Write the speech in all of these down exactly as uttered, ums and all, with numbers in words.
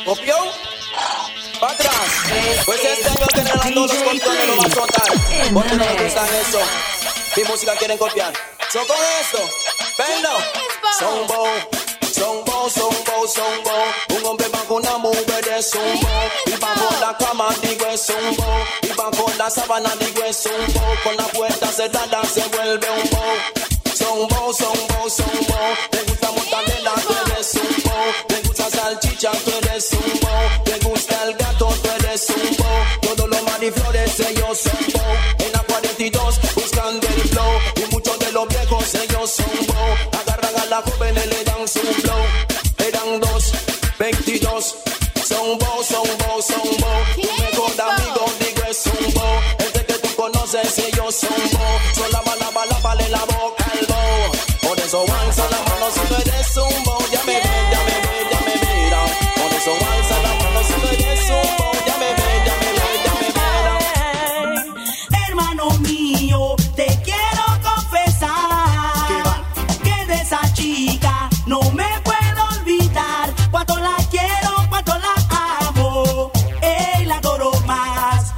¿Copió? ¡Para atrás! Pues este año tienen las dos los controles, no va a soltar. Porque no les gusta eso. Mi música quieren copiar. So con esto, pero Zumbo, Zumbo, Zumbo, Zumbo. Un hombre bajo una mujer de Zumbo. Y bajo la cama digo es Zumbo. Y bajo la sábana digo es Zumbo. Con la puerta cerrada se vuelve un bo. Zumbo, Zumbo, Zumbo. Le gusta mortadela, tú eres Zumbo. Le gusta salchicha, tú eres Zumbo. Le gusta el gato, tú eres Zumbo. Todos los mariflores ellos Zumbo. En la cuarenta y dos buscando el flow. Y muchos de los viejos ellos Zumbo. Agarran a la joven y le dan su flow. Eran dos, veintidós. Zumbo, Zumbo, Zumbo. Tu mejor amigo digo es Zumbo. Este que tú conoces ellos Zumbo. Son la bala, bala, bala en la boca al bo. Por eso alza la mano si tú eres Zumbo. Ya me ve, ya me ve, ya me mira. Por eso alza la mano si tú eres Zumbo. Ya me ve, ya me ve, ya me mira. Hermano mío, te quiero confesar que de esa chica no me puedo olvidar. Cuánto la quiero, cuánto la amo, ey, la adoro más.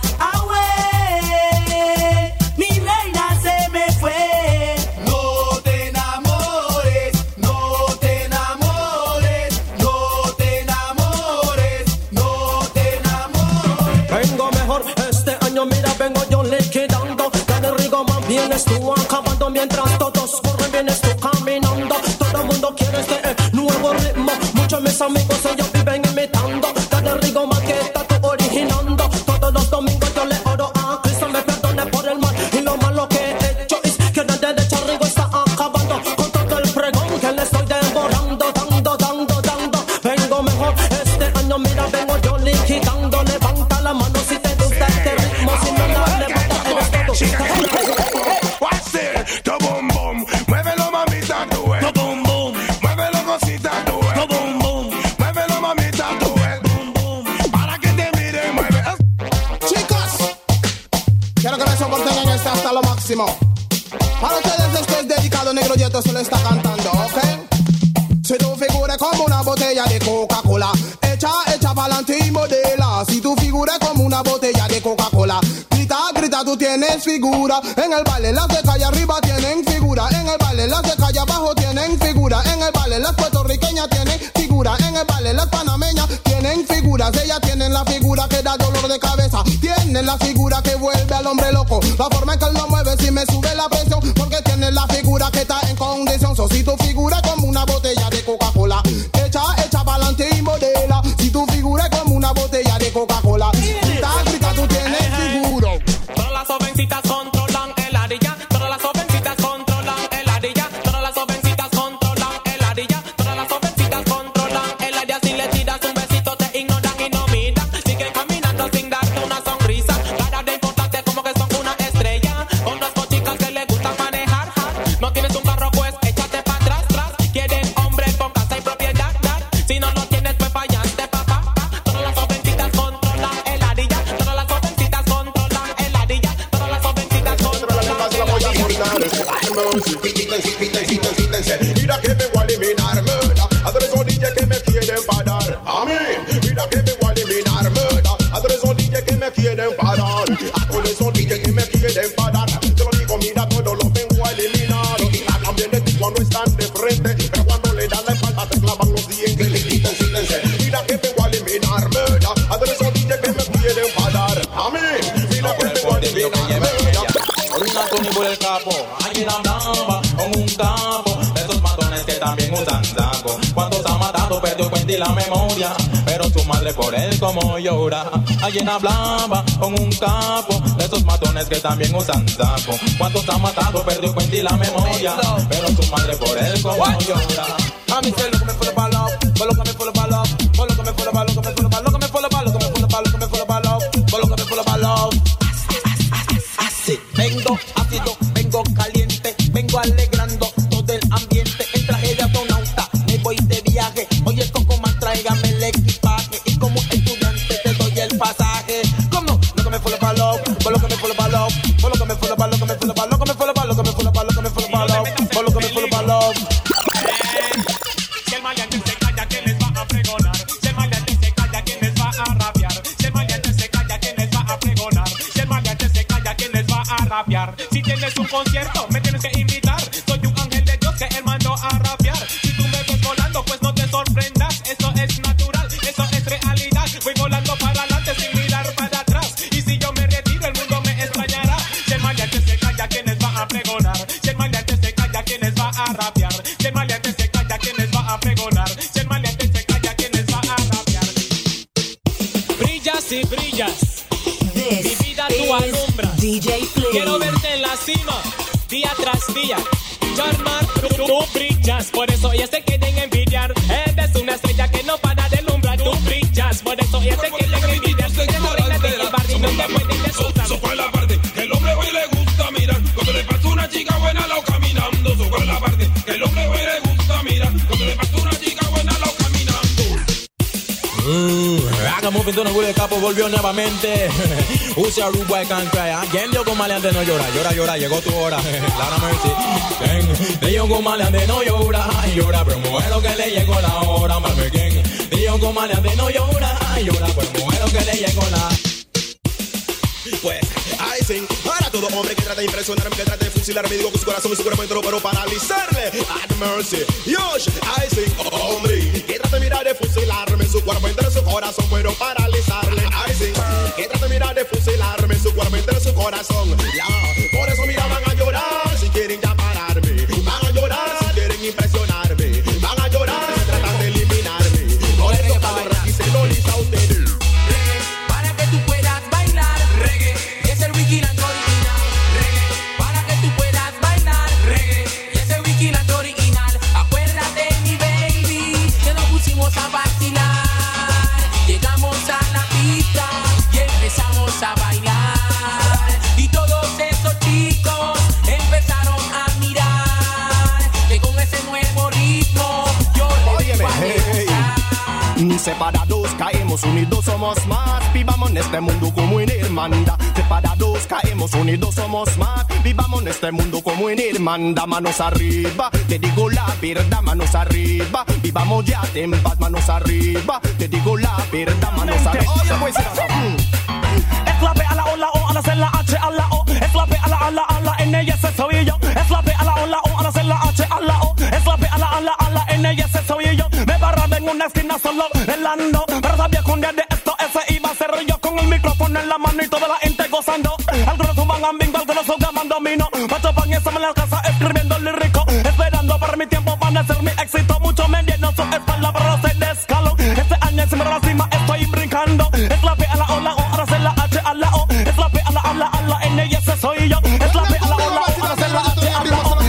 Ahue, mi reina se me fue. No te enamores, no te enamores, no te enamores, no te enamores. Vengo mejor este año, mira, vengo yo liquidando. Dale rigo, más vienes tú acabando. Mientras todos corren, vienes tú caminando. Todo el mundo quiere este eh, nuevo ritmo. Muchos de mis amigos ellos viven imitando. Dale rigo, más que está tú originando. Todos los domingos yo le oro a Cristo, me perdone por el mal y lo malo que he hecho. Es que de derecha Rigo está acabando con todo el pregón que le estoy devorando, dando, dando, dando. Vengo mejor este año, mira, vengo yo liquidando. Levanta la mano si te gusta este ritmo, si no la levanta eres todo. What's it? To boom boom, muévelo mamita tú, eh. To boom boom, muévelo cosita tú, eh. To boom boom, muévelo mamita tú, eh. Boom boom, para que te mire, mueve. Chicos, quiero que me soporten en este hasta lo máximo. Para ustedes esto es dedicado, Negro Yeto se lo está cantando, ¿ok? Si tu figura como una botella de Coca-Cola, echa, echa pa'lante y modela. Si tu figura como una botella de Coca-Cola, grita, grita, tú tienes figura. En el baile las de calle arriba tienen figura. En el baile las de calle abajo tienen figura. En el baile las puertorriqueñas tienen figura. En el baile las panameñas tienen figuras. Ellas tienen la figura que da dolor de cabeza. Tienen la figura que vuelve al hombre loco. La forma en que él lo mueve si me sube la presión. Porque tienen la figura que está en condición. So, si tu figura como una botella de Coca-Cola, echa, echa pa'lante y modela. Si tu figura como una botella de Coca-Cola, grita, grita, tú tienes figura. Todas las jovencitas controlan el arilla. Todas las jovencitas controlan el arilla. Todas las jovencitas controlan el arilla. Todas las jovencitas controlan el área. Si le tiras un besito te ignoran y no miran. Siguen caminando sin darte una sonrisa. Cara de importante como que son una estrella. Conozco chicas que les gusta manejar. No tienes un carro pues échate para atrás, tras. Quieren hombres con casa y propiedad. Si no lo tienes pues fallaste papá. Todas las jovencitas controlan el arilla. Todas las jovencitas controlan el arilla. Todas las jovencitas controlan el arilla. Quítense, quítense, quítense. Mira que me voy a eliminar, murda. A todos esos D J que me quieren parar. Amén. Mira que me voy a eliminar, murda. A todos esos D J que me quieren parar. A todos esos D J que me quieren parar. Te lo digo, mira, todos los vengo a eliminar. Hablan bien de ti cuando están de frente, pero cuando le dan la espalda te clavan los dientes. Quítense, quítense. Mira que me voy a eliminar, murda. A todos esos D J que me quieren parar. Amén. Mira que me voy a eliminar, murda. Una Tony por el capo, hay una blamba con un capo. De esos matones que también usan saco. ¿Cuántos ha matado? Perdió cuenta y la memoria. Pero su madre por él como llora. Hay una blamba con un capo. De esos matones que también usan saco. ¿Cuántos ha matado? Perdió cuenta y la memoria. Pero su madre por él como llora. A mí se lo que me fue para love, por lo que me fue para love, por lo que me fue para lo que me fue para lo que me fue para lo que me fue para lo que me fue para love, por lo que me fue para love. Así, vengo ácido, vengo caliente, vengo alegrando todo el ambiente. En traje de astronauta, me voy de viaje. Oye, Coco Man, tráigame el equipaje. Y como estudiante te doy el pasaje. ¿Cómo? Lo que me fue para love, por lo que me fue para love, por lo que me fue para lo que me fue para lo que me fue para lo que me fue para lo que me fue para love, por lo que me fue para love. Si el maleante se calla, ¿quién les va a pregonar? Si el maleante se calla, bailar. Si tienes un concierto, me tienes que invitar. Soy un ángel de Dios que él mandó a rapear. Si tú me ves volando, pues no te sorprendas. Eso es natural, eso es realidad. Voy volando para adelante sin mirar para atrás. Y si yo me retiro, el mundo me extrañará. Si el maleante se calla, ¿quiénes va a pregonar? Si el maleante se calla, ¿quiénes va a rapear? Si el maleante se calla, ¿quiénes va a pregonar? Si el maleante se calla, ¿quiénes va a rapear? Brillas y brillas. This Mi vida tú alumbras. D J Flea. Quiero verte en la cima, día tras día. Charmar, tú, tú brillas. Por eso ellas te quieren envidiar. Eres una estrella que no para de alumbrar. Tú brillas. Por eso ellas te quieren envidiar. Eres la reina del barrio y no te pueden desfrutar. Eso fue la parte que el hombre hoy le gusta mirar. Cuando le pasa una chica buena al lado caminando. Eso fue la parte que el hombre hoy le gusta mirar. Cuando le pasa una chica buena al lado caminando. Mmm, haga moving donde Willy Capo volvió nuevamente. Usa Rude Boy Can't Cry. ¿Quién dio con maleante no llora? Llora, llora, llegó tu hora. Lara Mercy. Dio con maleante no llora. Llora, pero muero que le llegó la hora. Malme quién. Dio con maleante no llora. Llora, pero muero que le llegó la. Pues, I sing para todo hombre que trata de impresionarme, que trata de fusilarme. Digo que su corazón y su cuerpo entero pero paralizarle. Have mercy, Yosh, I sing hombre que trata de mirar de fusilarme. Su cuerpo entero, su corazón puedo paralizarle. I sing que trata de mirar de fusilarme. Su cuerpo entero, su corazón. Ya, por eso mira van a llorar si quieren ya pararme. Van a llorar si quieren impresionarme. Van a llorar si tratan de eliminarme. Por eso cuando Ricky se lo dice a ustedes. Para que tú puedas bailar reggae, y es el Wikiland original. Reggae, para que tú puedas bailar reggae, y es el Wikiland original. Acuérdate mi baby, que nos pusimos a vacilar. Llegamos a la pista y empezamos a bailar. Y todos esos chicos empezaron a mirar, que con ese nuevo ritmo yo le digo a gozar. Separados caemos, unidos somos más. Vivamos en este mundo como en hermandad. Separados caemos, unidos somos más. Vivamos en este mundo como en hermandad. Manos arriba, te digo la verdad, manos arriba. Vivamos ya en paz, manos arriba. Te digo la verdad, manos arriba. Oye, pues, es la P a la O, la O, a la C, la H, a la O. Es la P a la A, la A, la N, y ese soy yo. Es la P a la O, la O, a la C, la H, a la O. Es la P a la A, la A, la N, y ese soy yo. Me barraba en una esquina solo helando, pero sabía que un día de esto ese iba a ser yo, con el micrófono en la mano y toda la gente gozando. Algunos suban a bingo, algunos suban domino. Macho pan y en la casa escribiendo lírico, esperando para mi tiempo van a ser mi éxito. Mucho me lleno su espalda, pero se descaló. Este año encima de la cima estoy brincando. Es la P a la O, la O, ahora se la H a la O. Es la P a la A, la A, la N, y ese soy yo. Es la P a la O, la O, ahora se la H a la O.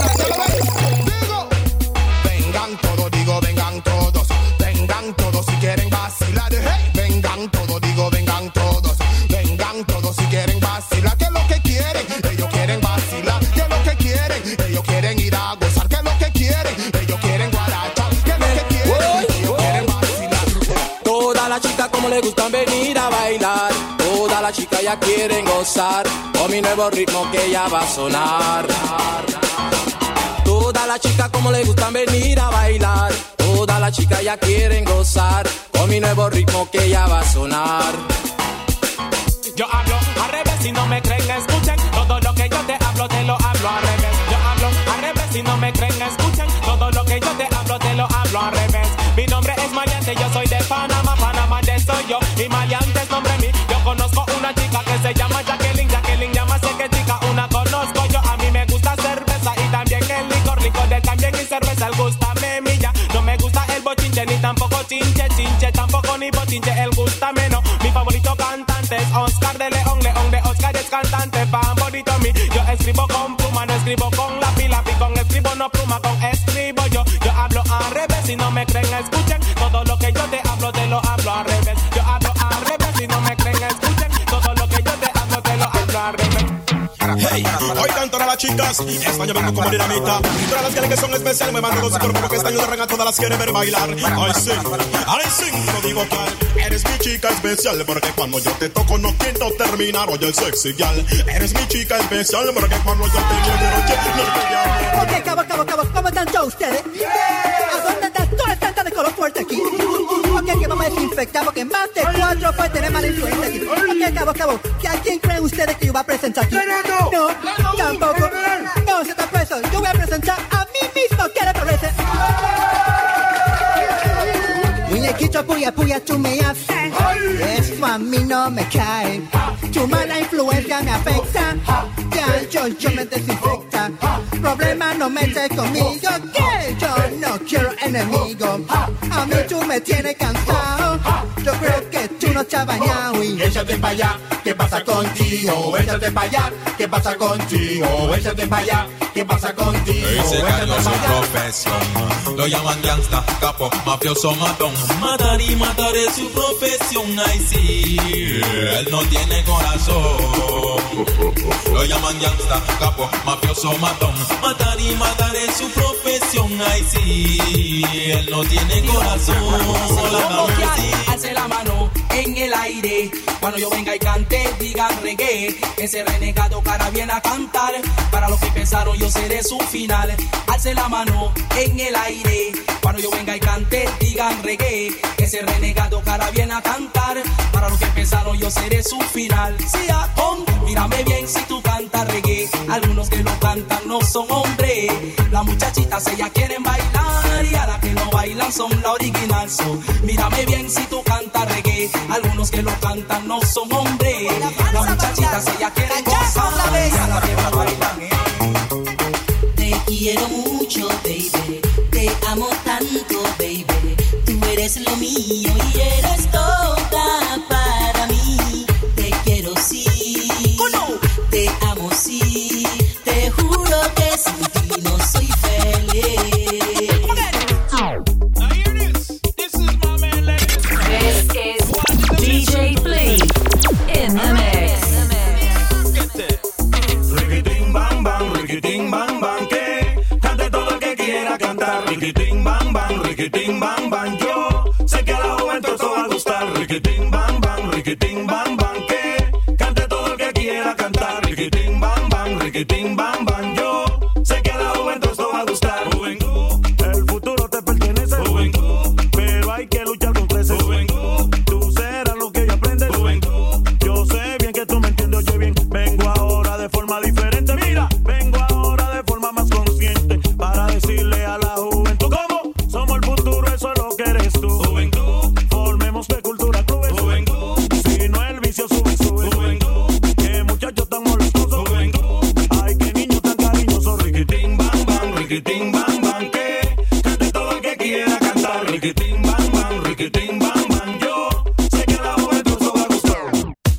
Vengan todos, digo, vengan todos. Vengan todos si quieren vacilar. Hey, vengan todos, digo, vengan todos. Vengan todos si quieren vacilar. ¿Qué es lo que quieren? Ellos quieren vacilar. ¿Qué es lo que quieren? Ellos quieren ir a gozar. ¿Qué es lo que quieren? Ellos quieren guarachar. ¿Qué es lo que quieren? Ellos quieren vacilar. Todas las chicas como les gustan venir a bailar. Todas las chicas ya quieren gozar con mi nuevo ritmo que ya va a sonar. Todas las chicas como les gustan venir a bailar. Todas las chicas ya quieren gozar con mi nuevo ritmo que ya va a sonar. Yo hablo al revés, si no me creen, escuchen. Todo lo que yo te hablo, te lo hablo al revés. Yo hablo al revés, si no me creen, escuchen. Todo lo que yo te hablo, te lo hablo al revés. Mi nombre es Maleante, yo soy de Panamá. Panamá de soy yo y Maleante es nombre mío. Yo conozco una chica que se llama Jacqueline. Jacqueline llama sé que chica, una conozco yo. A mí me gusta cerveza y también el licor. Licor de también y cerveza, el gusta me milla. No me gusta el bochinche, ni tampoco chinche, chinche. Tampoco ni bochinche, el gusta menos. Mi favorito cantante es Oscar de León. León de Oscar es cantante favorito mío. Yo escribo con pluma, no escribo con lápiz. Lápiz con escribo, no pluma, con escribo yo. Yo hablo al revés, si no me creen, escuchen. Todo lo que yo te hablo, te lo hablo al revés. Yo hablo al revés, si no me creen, escuchen. Todo lo que yo te hablo, te lo hablo al revés. Hey, oigan todas las chicas, están llevando como dinamita. Todas las quieren que son especiales, me mandan los cuerpos que están llorando, a todas las quieren ver bailar. I sing, I sing, no digo que eres mi chica especial, porque cuando yo te toco no quiero terminar. Oye, el sexy gal, eres mi chica especial, porque cuando yo te quiero, ok, cabo, cabo, cabo, ¿cómo están todos ustedes? ¿A dónde están todas las tantas de color fuerte aquí? Ok, que vamos a desinfectar, porque más de cuatro puede tener mal influencia aquí. Ok, cabo, cabo. ¿A quién creen ustedes que yo voy a presentar aquí? ¡Fernando! No, tampoco. No, se está preso. Yo voy a presentar a mí mismo. ¿Qué le parece? Muñequito puya puya tú me haces. Esto a mí no me cae. Tu mala influencia me afecta. Ya yo, yo me desinfecta. Problema no metes conmigo. Que yo no quiero enemigo. A mí tú me tienes cansado. Yo creo que tú no te has bañado. Y échate pa' allá, ¿qué pasa contigo? Échate pa' allá, ¿qué pasa contigo? Échate pa' allá, ¿qué pasa contigo? Ese cayó su profesión. Lo llaman gangsta, capo, mafioso, matón. Matar y matar es su profesión. Ay sí, él no tiene corazón. Lo llaman gangsta, capo, mafioso, matón. Matar y matar es su profesión. Ay sí, él no tiene corazón. Alce la mano en el aire cuando yo venga y cante, digan reggae. Ese renegado cara viene a cantar. Para los que pensaron yo seré su final. Alce la mano en el aire cuando yo venga y cante, digan reggae. Ese renegado cara viene a cantar. Para los que pensaron yo seré su final. Si Acon, mírame bien si tú cantas reggae. Algunos que lo cantan no son hombres. Las muchachitas ellas quieren bailar y a las que no bailan son la original. So, mírame bien si tú cantas reggae. Algunos que lo cantan no son hombres. Las muchachitas ellas quieren gozar y a las que no bailan. Eh. Te quiero mucho, baby. Te amo tanto, baby. Tú eres lo mío y eres toda para mí. Te quiero sí. Oh, no. Te amo sí. Te juro que sin ti no soy feliz. D J Flea in the mix. Riquitín bam bam, riquitín bam bam, que cante todo el que quiera cantar. Riquitín bam bam, riquitín bam bam, yo sé que a la juventud eso va a gustar. Riquitín bam bam, riquitín bam bam, que cante todo el que quiera cantar. Riquitín bam bam, riquitín bam bam, yo sé que a la juventud eso va a gustar. Juventud, el futuro te pertenece. Juventud, pero hay que luchar con creces. Juventud. Diferente, mira, vengo ahora de forma más consciente para decirle a la juventud cómo somos el futuro, eso es lo que eres tú. Juventud, formemos de cultura clubes. Juventud, si no el vicio sube, sube. Juventud, que muchachos tan molestosos. Juventud, ay que niños tan cariñosos. Riquitín bam bam, riquitín bam bam, que cante todo el que quiera cantar. Riquitín bam bam, riquitín bam bam, yo sé que a la juventud eso va a gustar.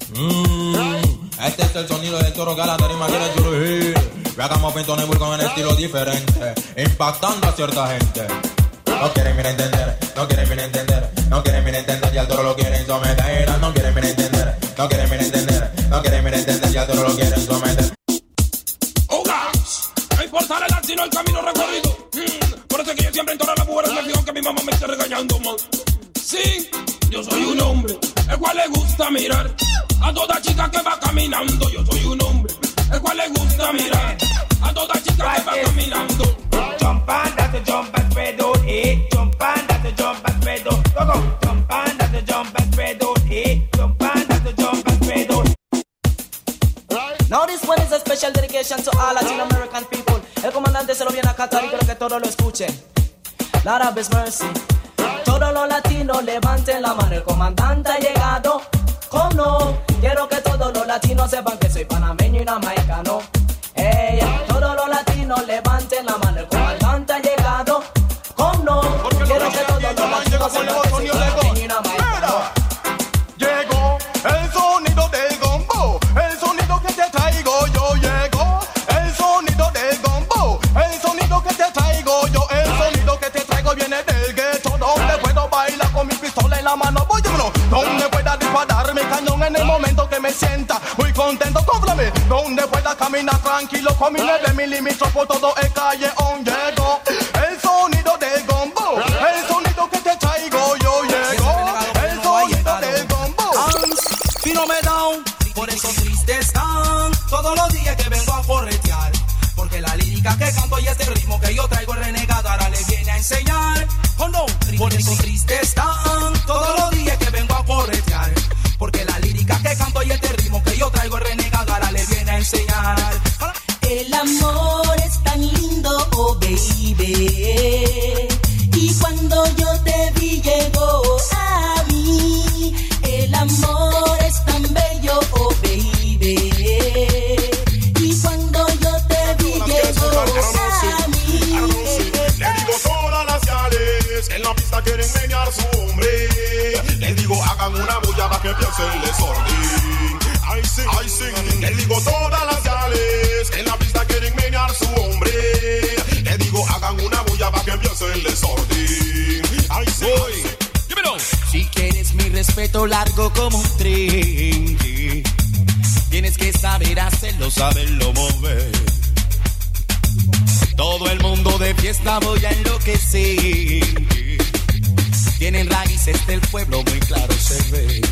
Mm, este es el sonido del toro que a la tarima quiere surgir. Hagamos pintones con un estilo diferente, impactando a cierta gente. No quieren venir a entender, no quieren venir a entender, no quieren venir a entender y al toro lo quieren someter. No quieren venir a entender, no quieren venir a entender, no quieren venir a entender y al toro lo quieren someter. ¡Ogas! No importa la edad sino el camino recorrido. Mm, por eso es que yo siempre en todas las mujeres me fijo aunque mi mamá me esté regañando más. Sí, yo soy un hombre, el cual le gusta mirar a toda chica que va caminando. Yo soy un hombre, el cual le gusta mirar a toda chica que va caminando. Jump and that's a jump and spread out, eh. Jump and that's a jump and spread out. Go go. Jump and that's a jump and spread out, eh. Jump and that's a jump and spread out. Now this one is a special dedication to all Latin American people. El comandante se lo viene a cantar y quiero que todos lo escuchen. Lord of His mercy. Todos los latinos levanten la mano, el comandante ha llegado. ¿Cómo no? Quiero que todos los latinos sepan que soy panameño y jamaicano. Ey, todos los latinos levanten la mano, el comandante ha llegado. ¿Cómo no? Quiero que todos los latinos sepan que soy panameño y jamaicano. Llegó el sonido del gombo, el sonido que te traigo yo. Llegó el sonido del gombo, el sonido que te traigo yo. El sonido que te traigo viene del gueto, donde puedo bailar con mi pistola en la mano. Voy yo, donde pueda disparar mi cañón en el momento que me sienta muy contento, cómprame. Donde pueda caminar tranquilo con mi nueve milímetros por todo el calleón. Llegó el sonido del gombo, el sonido que te traigo yo. Llegó el sonido del gombo. Si no me dan, por eso tristes están todos los días que vengo a corretear. Porque la lírica que canto y este ritmo que yo traigo el renegado ahora le viene a enseñar. Oh no, por eso tristes están todos los días que vengo a corretear. Porque la lírica el desorden. Ay, sí, ay, sí. Le digo todas las gales en la pista quieren menear su hombre. Le digo hagan una bulla para que empiece el desorden. Ay, sí, ay, sí. Dímelo. Si quieres mi respeto largo como un tren, tienes que saber hacerlo, saberlo mover. Todo el mundo de fiesta voy a enloquecer. Tienen raíces del pueblo, muy claro se ve.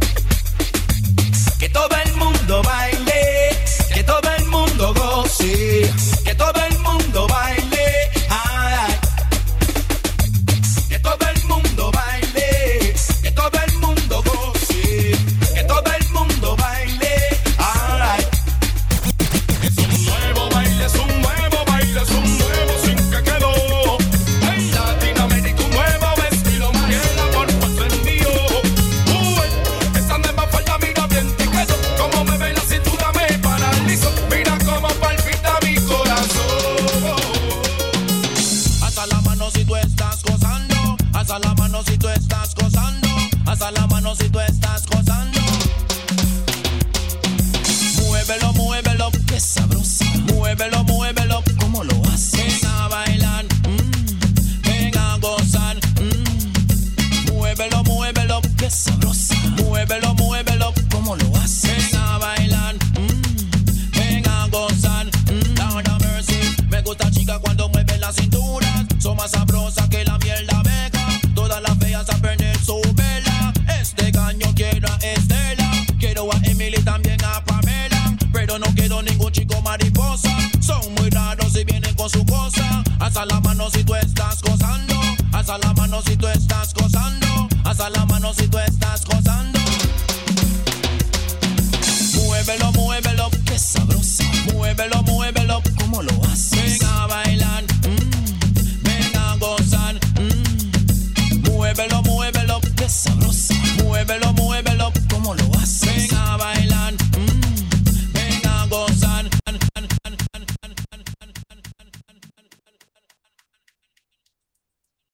Que todo el mundo baile, que todo el mundo goce, que todo el mundo baile, ay. Que todo el mundo baile, que todo el mundo goce, que todo el mundo baile, ay. Es un nuevo baile, es un nuevo baile, es un nuevo sin que quedó. En Latinoamérica un nuevo estilo, Mariela por paso envío. Uy, esa nueva falla mira bien te quedo. Como me ve la cintura me paralizo. Mira cómo palpita mi corazón. Alza la mano si tú estás gozando, alza la mano si tú estás gozando, alza la mano si tú estás gozando. Muévelo, muévelo, que sabrosa. Muévelo, muévelo, ¿cómo lo haces? Ven a bailar, mm, ven a gozar, mm. Muévelo, muévelo, que sabrosa. Muévelo, muévelo, ¿cómo lo haces? Ven a bailar, mm, ven a gozar, mm. Lord have mercy. Me gusta chica cuando mueve la cintura. Son más sabrosas que la miel de abeja. Todas las feas a perder su vela. Este caño quiero a Estela. Quiero a Emily, también a Pamela. Pero no quiero ningún chico mariposa. Son muy raros y vienen con su cosa. Alza la mano si tú estás gozando. Alza la mano si tú estás gozando. Alza la mano si tú estás gozando. Muévelo, muévelo, que sabrosa. Muévelo, muévelo.